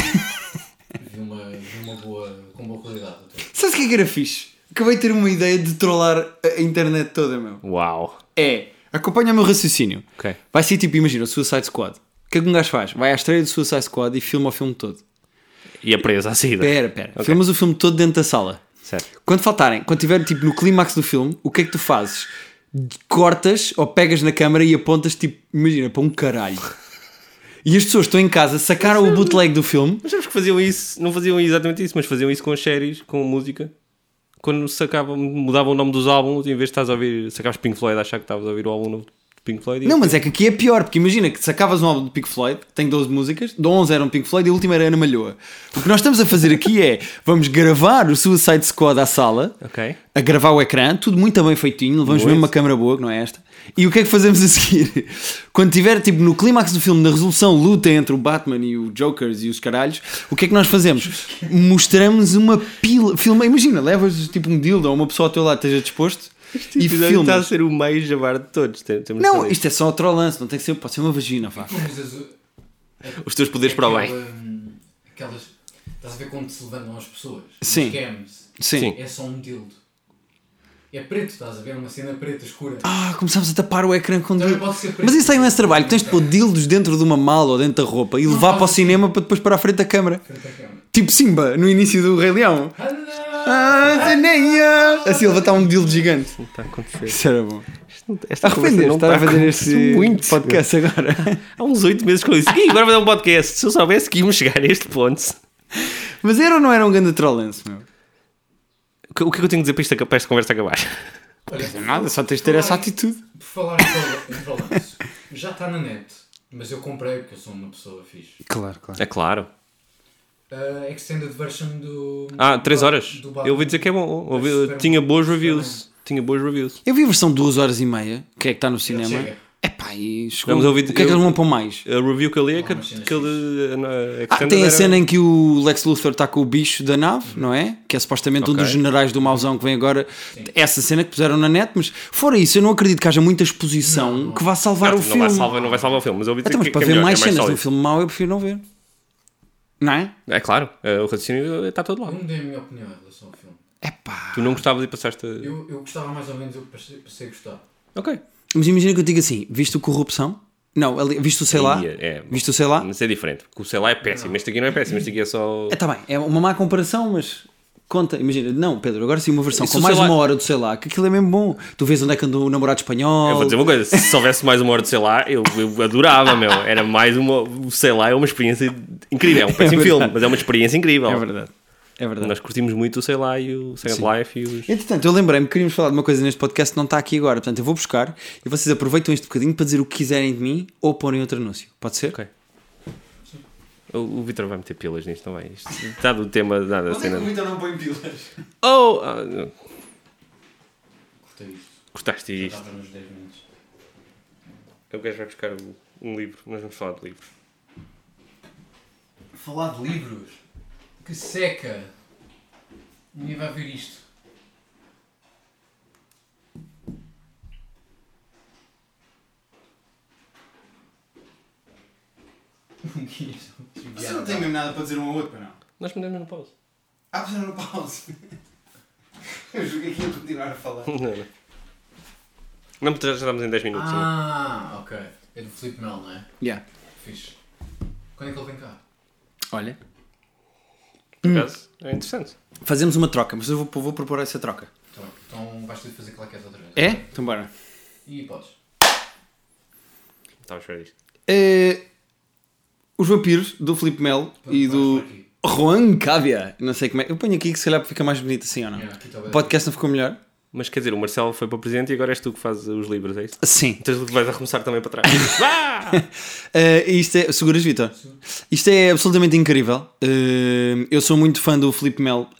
Vi uma, vi uma boa, com boa qualidade. até. Sabes o que é que era fixe? Acabei de ter uma ideia de trollar a internet toda, meu. Uau. É, acompanha o meu raciocínio. Ok. Vai ser tipo, imagina, o Suicide Squad. O que é que um gajo faz? Vai à estreia do Suicide Squad e filma o filme todo. E a presa à saída. Pera, pera. Ok. Filmas o filme todo dentro da sala. Certo. Quando faltarem, quando estiver tipo no clímax do filme, o que é que tu fazes? Cortas ou pegas na câmara e apontas tipo, imagina, para um caralho. E as pessoas estão em casa, sacaram o bootleg do filme. Mas sabes que faziam isso, não faziam exatamente isso, mas faziam isso com as séries, com música. Quando sacavam, mudavam o nome dos álbuns, em vez de estás a ouvir, sacavas Pink Floyd a achar que estavas a ouvir o álbum novo de Pink Floyd. e- Não, mas é que aqui é pior, porque imagina que sacavas um álbum do Pink Floyd, que tem doze músicas, de onze eram Pink Floyd e a última era Ana Malhoa. O que nós estamos a fazer aqui é, vamos gravar o Suicide Squad à sala, Ok. a gravar o ecrã, tudo muito bem feitinho, levamos Muito. mesmo uma câmera boa, que não é esta. E o que é que fazemos a seguir? Quando tiver tipo no clímax do filme, na resolução luta entre o Batman e o Jokers e os caralhos, o que é que nós fazemos? Mostramos uma pila, filma, imagina, levas tipo um dildo ou uma pessoa ao teu lado esteja disposto e Está a filmas. ser o mais jabar de todos. Tem- temos Não, noção isto é só o trollance, não tem que ser, pode ser uma vagina, vá. Tu usas o- disso. Os teus poderes para o bem. aquela, hum, Aquelas. Estás a ver como se levantam as pessoas? Sim. Os cams. Sim. Sim. É só um dildo. É preto, estás a ver? Uma cena preta, escura. Ah, começámos a tapar o ecrã com Também dildo. pode ser preto. Mas isso é imenso trabalho. Tens de pôr dildos dentro de uma mala ou dentro da roupa e levar para o cinema para depois para a frente da câmara. Frente à câmara. Tipo Simba, no início do Rei Leão. Ah, Zeneia! Assim, ele vai estar um dildo gigante. Não está a acontecer. Isso era bom. Esta Arrependeste de conversa estar a não fazer está este acontecer muito. podcast agora. Há uns oito meses que eu disse, "Ih, agora vou dar um podcast. Se eu soubesse que íamos chegar a este ponto." Mas era ou não era um grande trollance, meu? O que, o que é que eu tenho que dizer para, isto, para esta conversa acabar? Olha, Não é nada, só tens de ter essa atitude. Por falar em troll- em trollance, já está na net, mas eu comprei porque eu sou uma pessoa fixe. Claro, claro. É claro. a extended version do... Ah, três do- horas? do Batman. Eu ouvi dizer que é bom. Ouvi- É super tinha bom. boas Super reviews. Tinha boas reviews. Eu vi a versão de duas horas e meia, que é que está no cinema. chega. Epá, e chegou. Vamos ouvir- o que é que eu- eles vão pôr mais? A review que eu li é que, Ah, mas cenas que ele. na Ah, Extended tem a era- cena em que o Lex Luthor está com o bicho da nave, não é? Que é supostamente um Ok. dos generais do mauzão que vem agora. Essa cena que puseram na net, mas fora isso, eu não acredito que haja muita exposição Não, não. que vá salvar Não, o não filme. vai salvar, não vai salvar o filme, mas eu ouvi dizer Então, mas que, para que é ver melhor, mais é mais cenas de um sólido. filme mau, eu prefiro não ver. Não é? É claro, eh, o raciocínio está todo lá. Eu não dei a minha opinião em relação ao filme. Epá. Tu não gostavas e passaste. a- Eu, eu gostava mais ou menos, eu passei, passei a gostar. Ok. Mas imagina que eu digo assim: viste o Corrupção? Não, ali, viste o Sei Lá? Ia, é, Viste o Sei Lá? Mas é diferente, porque o sei lá é péssimo. Este aqui não é péssimo, este aqui é só. É, tá bem, é uma má comparação, mas conta, imagina, não, Pedro, agora sim uma versão Isso com o mais Sei Lá- uma hora do Sei Lá, que aquilo é mesmo bom. Tu vês onde é que anda o namorado espanhol. Eu vou dizer uma coisa, se houvesse mais uma hora de sei lá, eu, eu adorava, meu. Era mais uma. O sei lá é uma experiência incrível. É um péssimo É filme, verdade. mas é uma experiência incrível. É verdade. É verdade. Nós curtimos muito o sei lá e o Second Sim. Life e os. Entretanto, eu lembrei-me que queríamos falar de uma coisa neste podcast que não está aqui agora. Portanto, eu vou buscar e vocês aproveitam este bocadinho para dizer o que quiserem de mim ou porem outro anúncio. Pode ser? Ok. O, o Vitor vai meter pilas nisto, não vai? Isto está do tema nada assim. Nada. Vitor não põe pilas? Oh! ah, não. Cortei isto. Gostaste Já disto? estava nos dez minutos. O gajo vai buscar o- um livro, nós vamos falar de livros. Falar de livros? Que seca! Ninguém vai ver isto. Você não tem mesmo nada para dizer um ao outro, para não? Nós mandamos no pause. Ah, puseram no pause. Eu joguei aqui a continuar a falar. Não, não. Não, porque já estamos em dez minutos. sim. Ah, ok. É do Filipe Melo, não é? Yeah. Fixe. Quando é que ele vem cá? Olha, Por acaso, é interessante. fazemos uma troca, mas eu vou, vou propor essa troca. Então, então vais ter de fazer claquete outra vez. É? Então bora. E podes. Estava a esperar isto. É, os vampiros do Filipe Melo e Vais do por aqui. Juan Cávia. Não sei como é. Eu ponho aqui que se calhar fica mais bonito assim ou não. Yeah, aqui está O bem. podcast não ficou melhor? Mas quer dizer, o Marcelo foi para o presidente e agora és tu que fazes os livros, é isso? Sim. Então tu vais a começar também para trás. Vá! Uh, isto é. Seguras, Vitor? Isto é absolutamente incrível. Uh, eu sou muito fã do Filipe Melo.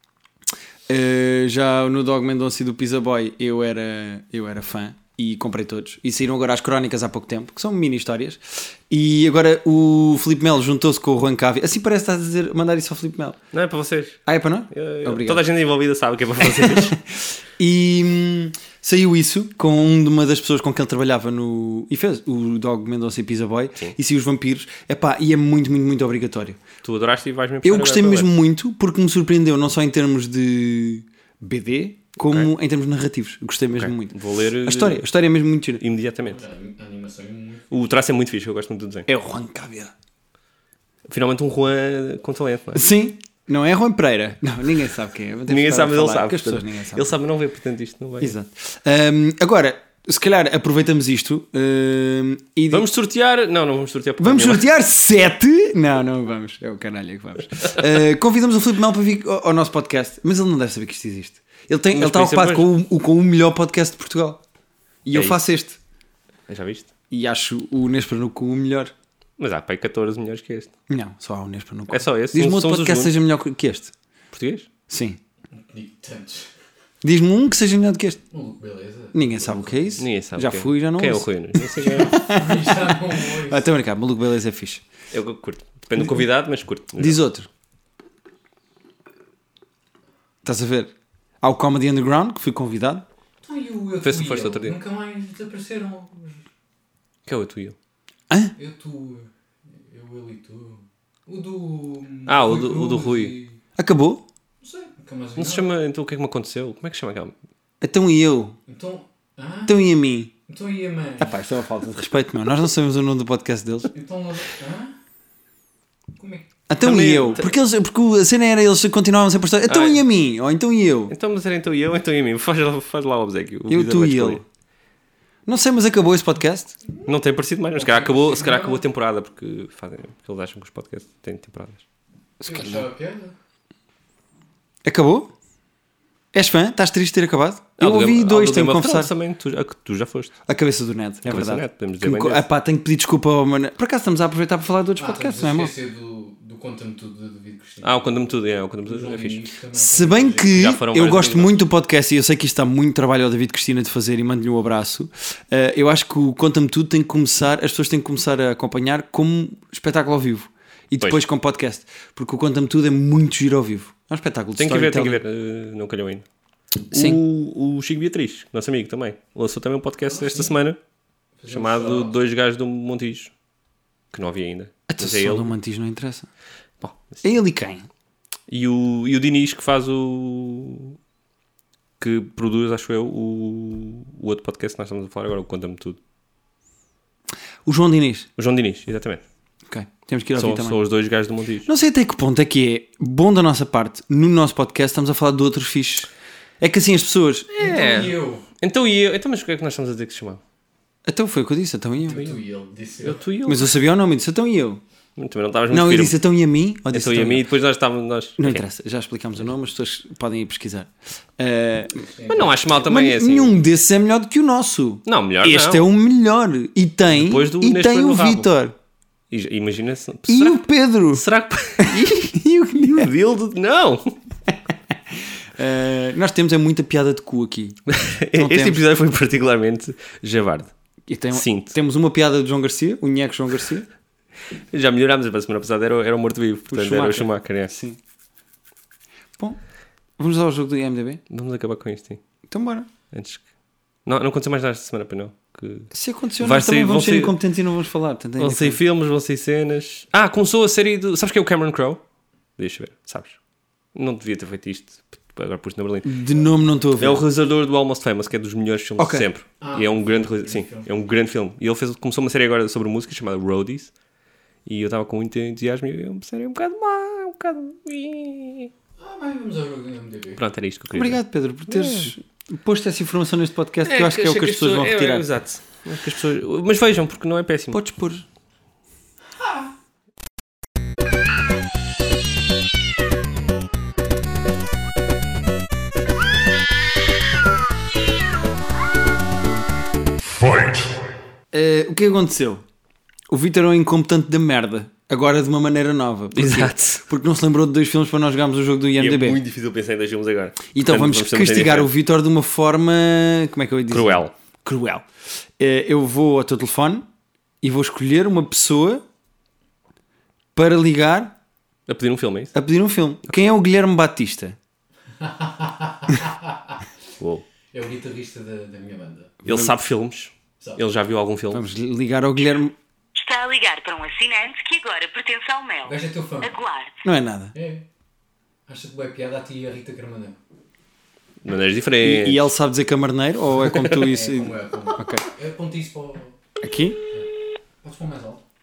Uh, já no Dog Mendonça e do Pizza Boy eu era, eu era fã e comprei todos. E saíram agora as crónicas há pouco tempo, que são mini histórias. E agora o Filipe Melo juntou-se com o Juan Cávia. Assim parece que estás a dizer, mandar isso ao Filipe Melo. Não é para vocês. Ah, é para nós? Eu- eu- Obrigado. Toda a gente envolvida sabe que é para vocês. E hum, saiu isso com uma das pessoas com quem ele trabalhava no. E fez o Dog Mendonça e Pizza Boy. Sim. E saiu os vampiros. Epá, e é muito, muito, muito obrigatório. Tu adoraste e vais-me Eu puxar gostei agora mesmo para muito porque me surpreendeu, não só em termos de B D, como em termos narrativos. Gostei mesmo Ok. muito. Vou ler A história, a história é mesmo muito gira. imediatamente. A animação é muito. O traço é muito fixe, eu gosto muito do desenho. É o Juan Cávia. Finalmente um Juan com talento, não é? Sim, não é Juan Pereira. Não, ninguém sabe quem é. Vou ter que Ninguém estar a sabe, mas ele falar, sabe. porque as pessoas portanto, ninguém sabe. Ele sabe, mas não vê, portanto isto não vai. Exato. Hum, agora, se calhar aproveitamos isto hum, e Vamos sortear. Não, não vamos sortear. porque Vamos ninguém sortear sete. Não, não vamos. É o canalha que vamos. Uh, convidamos o Filipe Melo para vir ao, ao nosso podcast, mas ele não deve saber que isto existe. Ele, tem, ele Mas está por isso ocupado é com o, o- com o melhor podcast de Portugal. E É eu isso. faço este. vai. Já viste? E acho o Nespranuco o melhor. Mas há pai catorze melhores que este. Não, só há o Nespranuco. É só esse? Diz-me Somos- outro somos os podcast que únicos. seja melhor que este. Português? Sim. Digo tantos. Diz-me um que seja melhor do que este. Maluco, beleza. Ninguém sabe o que é isso. Ninguém sabe. Já quem é. fui, já não Quem é o ouço. Rui? Não sei quem é. Isto está bom hoje. Ah, estou a brincar. Maluco, beleza, é fixe. Eu curto. Depende do convidado, mas curto. Diz outro. Estás a ver? Há o Comedy Underground, que fui convidado. Então e o eu, Fez- tu e foste eu? outro dia. Nunca mais desapareceram. Que é o tu e eu? Hã? Eu, tu, eu, ele e tu. O do. Ah, o do- o do Cruz Rui. e- Acabou? Não sei, nunca mais vi Não se nada. chama. Então o que é que me aconteceu? Como é que se chama aquela? Então e eu? Então. Hã? Então e a mim? Então e a mãe? Ah pá, isto é uma falta de respeito, meu. Nós não sabemos o nome do podcast deles. Então. Hã? Como é que. Então Também- e eu? Porque, eles, porque a cena era eles continuavam sempre a estar. Então Ah, e a mim? Ou então e eu? Então, mas era então e eu, então e a mim. Faz, lá- faz lá o obséquio. O Eu, Vitor tu vai e escolher. ele. Não sei, mas acabou esse podcast? Não tem parecido mais, mas se calhar acabou, se calhar acabou a temporada, porque, fazem, porque eles acham que os podcasts têm temporadas. Se Eu calhar. achava que era. Acabou? És fã? Estás triste de ter acabado? Ah, Eu do ouvi Game- ah, dois, do tenho Game que of confessar. Thrones também, tu, a que tu já foste. A cabeça do Ned, é Cabeça verdade. do Ned, podemos Que dizer me bem co- desse. Epá, tenho que pedir desculpa ao Mané. Por acaso estamos a aproveitar para falar de outros Ah, podcasts, estamos não a é, mal? esquecer do, do Conta-me Tudo do David Cristina. Ah, o Conta-me Tudo, é, o Conta-me O Tudo João é fixe. Diniz também Se conta bem muita que gente. Já foram eu vários gosto episódios. muito do podcast e eu sei que isto está muito trabalho ao David Cristina de fazer e mando-lhe um abraço. Uh, eu acho que o Conta-me Tudo tem que começar, as pessoas têm que começar a acompanhar como espetáculo ao vivo e depois Pois. com podcast, porque o Conta-me Tudo é muito giro ao vivo. É um espetáculo de Tem que ver, tem que storytelling. ver. Uh, não calhou ainda. Sim. O, o Chico Beatriz, nosso amigo também, lançou também um podcast esta semana Fazemos chamado só- Dois Gajos do Montijo, que não havia ainda. Até Mas só é do ele. Mantis não interessa. Bom, É ele e quem? E o, e o Diniz que faz o. que produz, acho eu, o, o outro podcast que nós estamos a falar agora, o Conta-me Tudo. O João Diniz. O João Diniz, exatamente. Ok, temos que ir ouvir São, também. são os dois gajos do Montijo. Não sei até que ponto é que é bom da nossa parte, no nosso podcast estamos a falar de outros fixes. É que assim as pessoas... Então e eu? Então e eu? Então, mas o que é que nós estamos a dizer que se chamava? Então foi o que eu disse, então e eu. Tu e ele, disse Eu, eu. tu e eu. Mas eu sabia o nome e disse, então e eu. Também não estavas muito Não, eu firme. disse, então e a mim? Ou disse, Então e a mim, e depois nós estávamos. Nós... Não Ok. interessa, já explicámos o nome, as pessoas podem ir pesquisar. Eh, Mas não acho mal também, mas é assim. nenhum desses é melhor do que o nosso. Não, melhor Este não. é o melhor. E tem, Depois do e Neste tem Pé o no Rabo. Vítor. E- Imagina-se. E Será, o Pedro. será que. E o o dildo? Não! Eh, nós temos é muita piada de cu aqui. Não Este temos. episódio foi particularmente javarde. E tem- Sinto. temos uma piada de João Garcia, o Nheco João Garcia. Já melhorámos, a semana passada era, o- era o morto-vivo, portanto era o Schumacher. É. Sim. Bom, vamos ao jogo do I M D B? Vamos acabar com isto, sim. Então bora. Antes que... Não, não aconteceu mais nada esta semana, para não. Que... Se aconteceu, Vai nós também sair- vamos vão ser sair- incompetentes e não vamos falar. Portanto, é Vão sair diferente. filmes, vão sair cenas. Ah, começou a série do. Sabes quem é o Cameron Crowe? Deixa eu ver, sabes? Não devia ter feito isto. Agora pus na Berlim. De nome não estou a ver. É o realizador do Almost Famous, que é dos melhores filmes Ok. de sempre. Ah, e é um grande, grande sim, filme. é um grande filme. E ele fez, começou uma série agora sobre música chamada Roadies. E eu estava com muito entusiasmo e é uma série um bocado má, um bocado. Ah, mas vamos ao jogo do M D B. Pronto, era isto que eu queria. Obrigado, Pedro, por teres posto essa informação neste podcast, dizer. que eu acho que é o que as pessoas vão é, retirar. É, exato. Acho que as pessoas... Mas vejam, porque não é péssimo. Podes pôr. Eh, o que aconteceu? O Vítor é um incompetente da merda. Agora de uma maneira nova. Porquê? Exato. Porque não se lembrou de dois filmes para nós jogarmos o jogo do I M D B. É muito difícil pensar em dois filmes agora. Então Portanto, vamos, ter uma castigar ideia o Vítor de uma forma... Como é que eu ia dizer? Cruel. Cruel. Eh, Eu vou ao teu telefone e vou escolher uma pessoa para ligar A pedir um filme, é isso? a pedir um filme. Quem é o Guilherme Batista? Uou. É o guitarrista da, da minha banda. Ele sabe filmes. Sabe. Ele já viu algum filme. Vamos ligar ao Guilherme... Está a ligar para um assinante que agora pertence ao Mel. O gajo é teu fã. Aguarde. Não é nada. É. Acha-te boa piada a ti e a Rita Carmanão. De maneiras E, diferentes. e ele sabe dizer camarneiro? Ou é como tu isso? É como é, como é. Ok. É, aponta isso para o... Aqui? Podes pôr mais alto?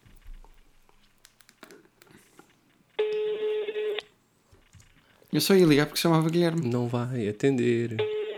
Eu só ia ligar porque se chamava Guilherme. Não vai atender.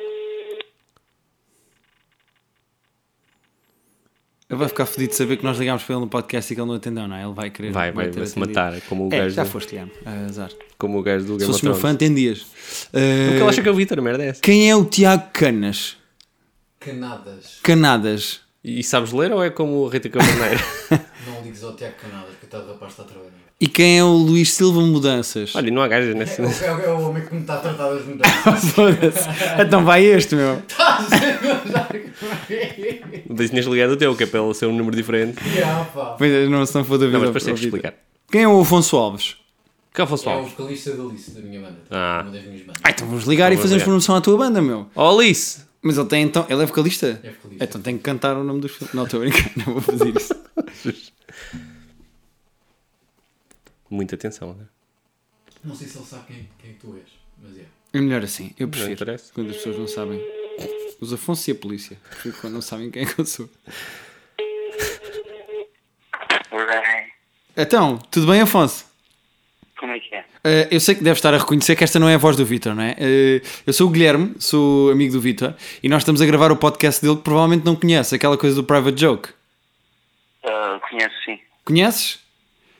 Ele vai ficar fodido de saber que nós ligámos para ele no podcast e que ele não atendeu, não é? Ele vai querer... Vai, vai, ter vai se atendido. matar. Como o É, gajo já do, foste, Guilherme. Ah, azar. como o gajo do Se Game of fosse meu Thrones. fã, atendias. Ah, Porque ele acha que é o Vitor, a merda é essa. Quem é o Tiago Canas? Canadas. Canadas. E sabes ler ou é como o Rita Camarneiro? Não ligues ao Tiago Canadas, que o rapaz está a trabalhar. E quem é o Luís Silva Mudanças? Olha, não há gajas É, nesse... o- é, o- é o homem que me está a tratar das mudanças. Foda-se. Então vai este, meu. Mas tinhas ligado o teu, que é para ele ser um número diferente. Yeah, pá. Pois é, não, se não for da vida. Não, mas depois tens que ao Vitor. explicar. Quem é o Afonso Alves? Que é o Afonso É o Alves? vocalista da Alice, da minha banda. Ah. Uma das minhas bandas. Ah, então vamos ligar e Vamos fazemos ligar. promoção à tua banda, meu. Oh, Alice! Mas ele tem então. Ele é vocalista? É vocalista. Então tem que cantar o nome dos filmes. Não, estou a brincar, não vou fazer isso. Muita atenção, né? Não sei se ele sabe quem, quem tu és, mas é. É melhor assim, eu prefiro. interessa. Quando as pessoas não sabem. Os Afonso e a polícia. Prefiro quando não sabem quem é que eu sou. Oi, Então, tudo bem, Afonso? como é que é? Uh, eu sei que deve estar a reconhecer que esta não é a voz do Vítor, não é? Uh, eu sou o Guilherme, sou amigo do Vítor e nós estamos a gravar o podcast dele que provavelmente não conhece, aquela coisa do Private Joke. Ah, conheço sim. Conheces?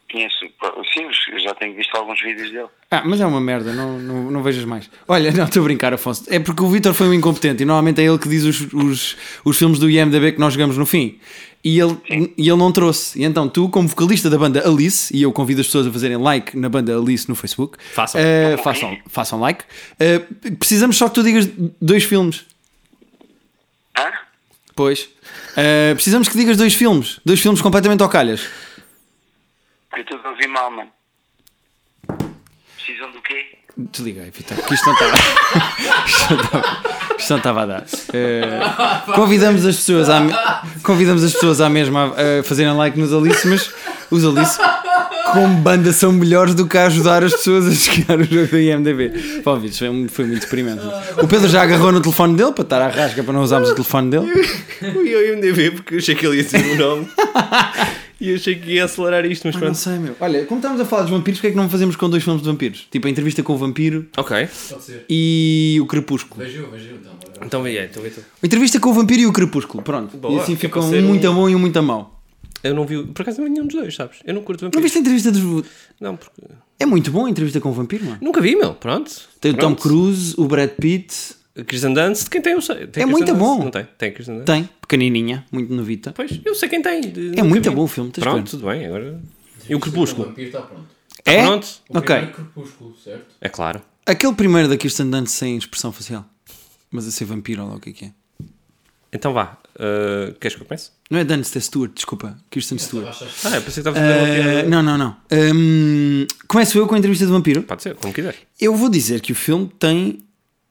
Conheço. Sim, eu já tenho visto alguns vídeos dele. Ah, mas é uma merda, não, não, não vejas mais. Olha, não, estou a brincar, Afonso. É porque o Vítor foi um incompetente e normalmente é ele que diz os, os, os filmes do I M D B que nós jogamos no fim. E ele, e ele não trouxe. E então tu, como vocalista da banda Alice, e eu convido as pessoas a fazerem like na banda Alice no Facebook. Façam. eh, façam, façam like. Eh, precisamos só que tu digas dois filmes. Hã? Pois. Eh, precisamos que digas dois filmes. Dois filmes completamente ao calhas. Eu estou a ouvir mal, mano. Precisam do quê? Desliguei, Vitor, que isto não estava. isto não estava- isto não estava a dar. Eh, convidamos as pessoas à, me- convidamos as pessoas à mesma a, a fazerem like nos Alice, mas os Alice, como banda, são melhores do que a ajudar as pessoas a chegar o jogo da I M D B. Pá, Vitor, foi, um- foi muito deprimente. O Pedro já agarrou no telefone dele para estar à rasca para não usarmos o telefone dele. Eu ia ao I M D B porque eu achei que ele ia dizer o nome. E eu achei que ia acelerar isto, mas Ah, não pronto. sei, meu. Olha, como estamos a falar dos vampiros, porque é que não fazemos com dois filmes de vampiros? Tipo a entrevista com o vampiro Ok. Pode ser. e o Crepúsculo. Vejo eu, vejo eu então. agora. Então vem aí, então vem tu. A entrevista com o vampiro e o Crepúsculo, pronto. Boa, e assim que é ficam para um ser muito um- a bom e um muito a mau. Eu não vi, por acaso não vi nenhum dos dois, sabes? Eu não curto Não vampiros. viste a entrevista dos... Não, porque... É muito bom a entrevista com o vampiro, mano. Nunca vi, meu. Pronto. Tem o Tom Pronto. Cruise, o Brad Pitt. A Kirsten Dunst, quem tem eu sei. Tem É a muito Kirsten Dunst? bom. Não tem? Tem a Kirsten Dunst? Tem, pequenininha, muito novita. Pois, eu sei quem tem. É muito bom o filme, tens Pronto, que tudo bem, agora... E o O Crepúsculo? vampiro está pronto. É? Pronto. O Ok. primeiro Crepúsculo, certo? É claro. Aquele primeiro da Kirsten Dunst sem expressão facial. Mas a ser vampiro, ou lá o que é que é. Então vá. Uh, queres que eu comece? Não é Dunst, é Stewart, desculpa. Kirsten Stewart. Achas- Ah, eu pensei que estavas a fazer uma Uh, piada. não, não, não. Um, começo eu com a entrevista do vampiro. Pode ser, como quiser. Eu vou dizer que o filme tem...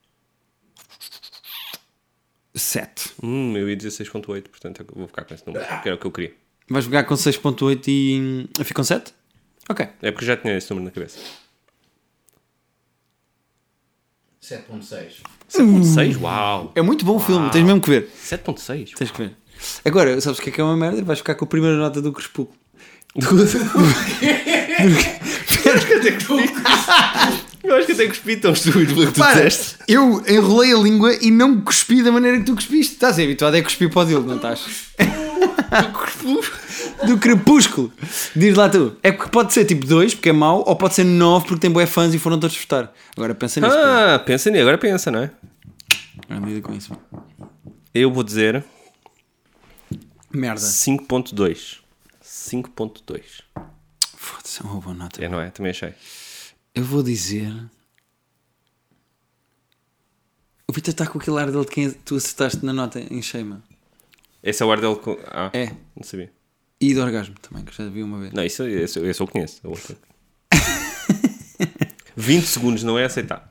sete. Hum, eu ia dizer seis ponto oito, portanto eu vou ficar com esse número, que era o que eu queria. Vais jogar com seis ponto oito e... e fica com sete? Ok. É porque eu já tinha esse número na cabeça. sete ponto seis. sete ponto seis? Uau! É muito bom o filme, tens mesmo que ver. sete ponto seis? Tens que ver. Agora, sabes o que é que é uma merda? Vais ficar com a primeira nota do Crepúsculo. Eu acho que até cuspi tão estúpido pelo que tu Para, disseste. eu enrolei a língua e não cuspi da maneira que tu cuspiste. Estás habituado a cuspir para o dele, não estás? Do Crepúsculo. Diz lá tu. É porque pode ser tipo dois, porque é mau, ou pode ser nove, porque tem bué fãs e foram todos votar. Agora pensa nisso. Pedro. Ah, pensa nisso, agora pensa, não é? Agora lida com isso. Eu vou dizer Merda. cinco ponto dois. cinco ponto dois. Foda-se, é uma boa nota. É, não é? Também achei. Eu vou dizer... O Vitor está com aquele ar dele de quem tu acertaste na nota em Sheima. Esse é o ar dele com... Ah, É. não sabia. E do orgasmo também, que já vi uma vez. Não, isso, isso, isso eu conheço. É outro. vinte segundos não é aceitar.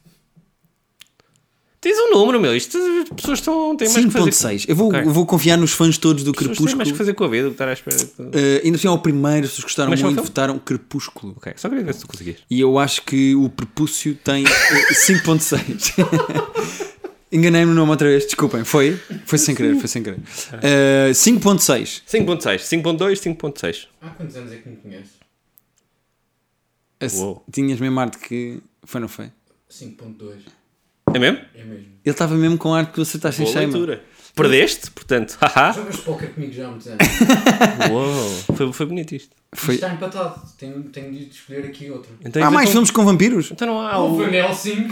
Tens um número, meu. Isto, as pessoas estão, têm mais que cinco fazer. ponto seis. Eu vou, Ok. eu vou confiar nos fãs todos do As pessoas têm Crepúsculo. mais que fazer com a vida do que estar à espera. de- Uh, ainda assim, ao primeiro, se gostaram Mas chama muito, o filme? votaram Crepúsculo. Ok, só queria ver se tu conseguias. E eu acho que o prepúcio tem uh, cinco ponto seis. Enganei-me no nome outra vez, desculpem. Foi? Foi sem querer, foi sem querer. Uh, cinco ponto seis. cinco ponto seis. cinco ponto dois, cinco ponto seis. Há quantos anos é que me conheces? Esse- Uou. Tinhas mesmo arte que. Foi, não foi? cinco ponto dois. É mesmo? É mesmo. Ele estava mesmo com arte que tu acertaste em Boa Sheima. leitura. Perdeste, portanto. Haha. Jogas póquer comigo já há muitos anos. Uou. Foi, foi bonito isto. Isto Foi... está empatado. Tenho, tenho de escolher aqui outro. Então, Há mais então- filmes com vampiros? Então não há O o. Van Helsing.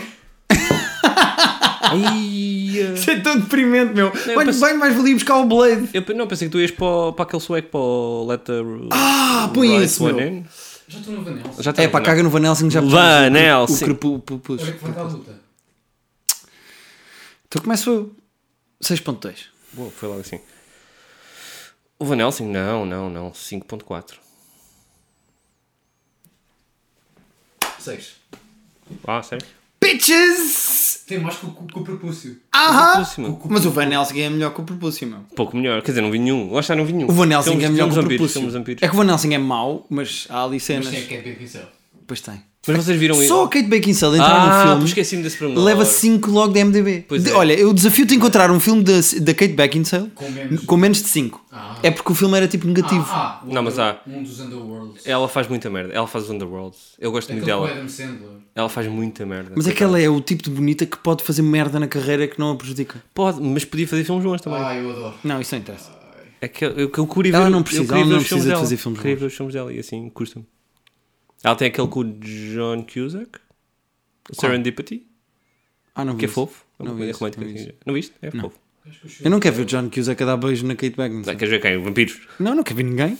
Ai, Isso é tão deprimente, meu. eu Vai, pensei- vai mais valia buscar o Blade. eu não pensei que tu ias para, o- para aquele sueco para o Let the Ah, põe Right isso, One meu. In. Já estou no Van Helsing. Já está É no pá, final. caga no Van Helsing já. Van o- Helsing. O Crepúsculo. Olha que vai dar a luta. Então começo eu. seis ponto dois. Boa, foi logo assim. O Van Helsing, não, não, não. cinco ponto quatro. seis. Ah, sério? Bitches! Tem mais que o, que o prepúcio. Aham! Prepúcio, meu. Mas o Van Helsing é melhor que o Prepúcio, meu. Pouco melhor. Quer dizer, não vi nenhum. Lá está, não vi nenhum. O Van Helsing Filmes- é melhor filmes que o vampiros, Prepúcio. filmes vampiros. É que o Van Helsing é mau, mas há ali Mas cenas. tem a Kate Beckinsale. Pois tem. Mas vocês viram isso? Só a Kate Beckinsale entrar Ah, no pois filme esqueci-me desse pormenor. leva cinco logo da M D B. Pois De- é. Olha, eu desafio-te a encontrar um filme da, da Kate Beckinsale Com menos. com menos de cinco. Ah. É porque o filme era tipo negativo. Ah, ah, o Não, mas Under- há. Um dos Underworlds. Ela faz muita merda. Ela faz os Underworlds. Eu gosto muito Aquele com o dela. Adam Sandler. Ela faz muita merda. Mas aquela é o tipo de bonita que pode fazer merda na carreira que não a prejudica. Pode, mas podia fazer filmes bons também. Ah, eu adoro. Não, isso não interessa. É que eu, eu, eu queria ver, Ela não eu precisa, queria ela ver não os filmes precisa de dela. fazer filmes Queria bons. ver os filmes dela e assim, custa-me. Ela tem aquele com o John Cusack, o Serendipity, Ah, não vi que é isso. fofo. Não vi é isso, romântico, não vi assim. isso. Não viste? É Não. fofo. Eu não quero ver o John Cusack a dar beijo na Kate Beckinsale. Queres ver quem? Vampiros? Não, não quero ver ninguém.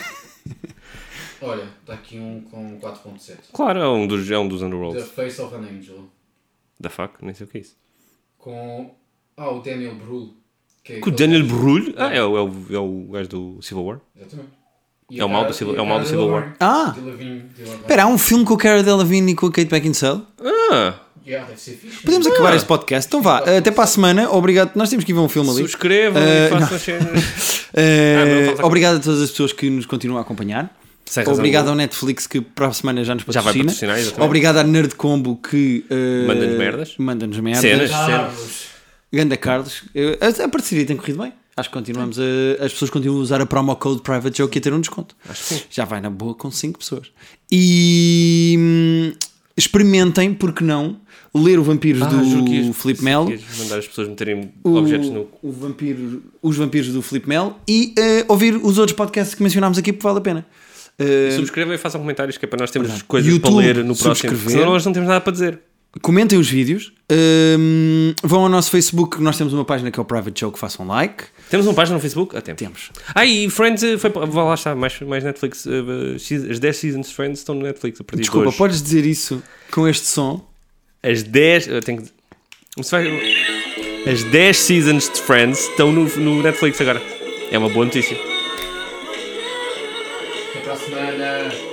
Olha, está aqui um com quatro ponto sete. Claro, é um dos, é um dos The Underworlds. Face of an Angel. Da fuck? Nem sei o que é isso. Com. Ah, o Daniel Brühl. Que é Com o aquele Daniel gajo- Brühl? Ah, é o, é, o, é o gajo do Civil War. Exatamente. E É o a mal cara- do Civil- e é a o mal cara do Civil War. Delavigne. Ah! Delavigne, Delavigne. Espera, há um filme com a Cara Delevingne e com a Kate Beckinsale? Ah! Yeah, deve ser fixe. Podemos né? acabar este podcast. Então vá, até para a semana. Obrigado. Nós temos que ir ver um filme ali. Subscrevam Eh, e façam não. as cenas. Eh, Ah, não, falta- obrigado a todas as pessoas que nos continuam a acompanhar. Sem razão Obrigado alguma. ao Netflix que para a semana já nos Já vai patrocina. patrocinar, exatamente. Obrigado à Nerd Combo que eh, Manda-nos merdas. Manda-nos merdas. Cenas. Carlos. Ganda Carlos. Eu- A, a parceria tem corrido bem. Acho que continuamos a, as pessoas continuam a usar a promo code Private Joke e a ter um desconto. Acho que sim. Já vai na boa com cinco pessoas. E hum, experimentem, porque não, ler o Vampiros Ah, juro que do ias- Filipe Melo. ias mandar as pessoas meterem O, objetos no. o vampiro, os Vampiros do Filipe Melo e eh, ouvir os outros podcasts que mencionámos aqui porque vale a pena. Eh, Subscrevam e façam comentários que é para nós termos Verdade. coisas YouTube, para ler no próximo. subscrever. Porque senão nós não temos nada para dizer. Comentem os vídeos. Hum, vão ao nosso Facebook, nós temos uma página que é o Private Joke, façam like. Temos uma página no Facebook? Ah, temos. Temos. Ah, e Friends eh, foi para. Vá lá está, mais, mais Netflix. eh, eh, As dez seasons de Friends estão no Netflix a partir Desculpa, de hoje. podes dizer isso com este som? As dez. Eu tenho que. Você vai- As dez seasons de Friends estão no, no Netflix agora. É uma boa notícia. Até para a semana.